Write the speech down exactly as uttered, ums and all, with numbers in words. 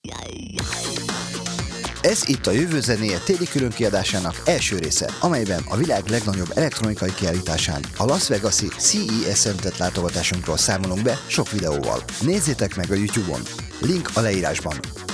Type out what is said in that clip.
Ez itt a Jövő zenéje téli különkiadásának első része, amelyben a világ legnagyobb elektronikai kiállításán, a Las Vegas-i cé é es tett látogatásunkról számolunk be sok videóval. Nézzétek meg a YouTube-on, link a leírásban.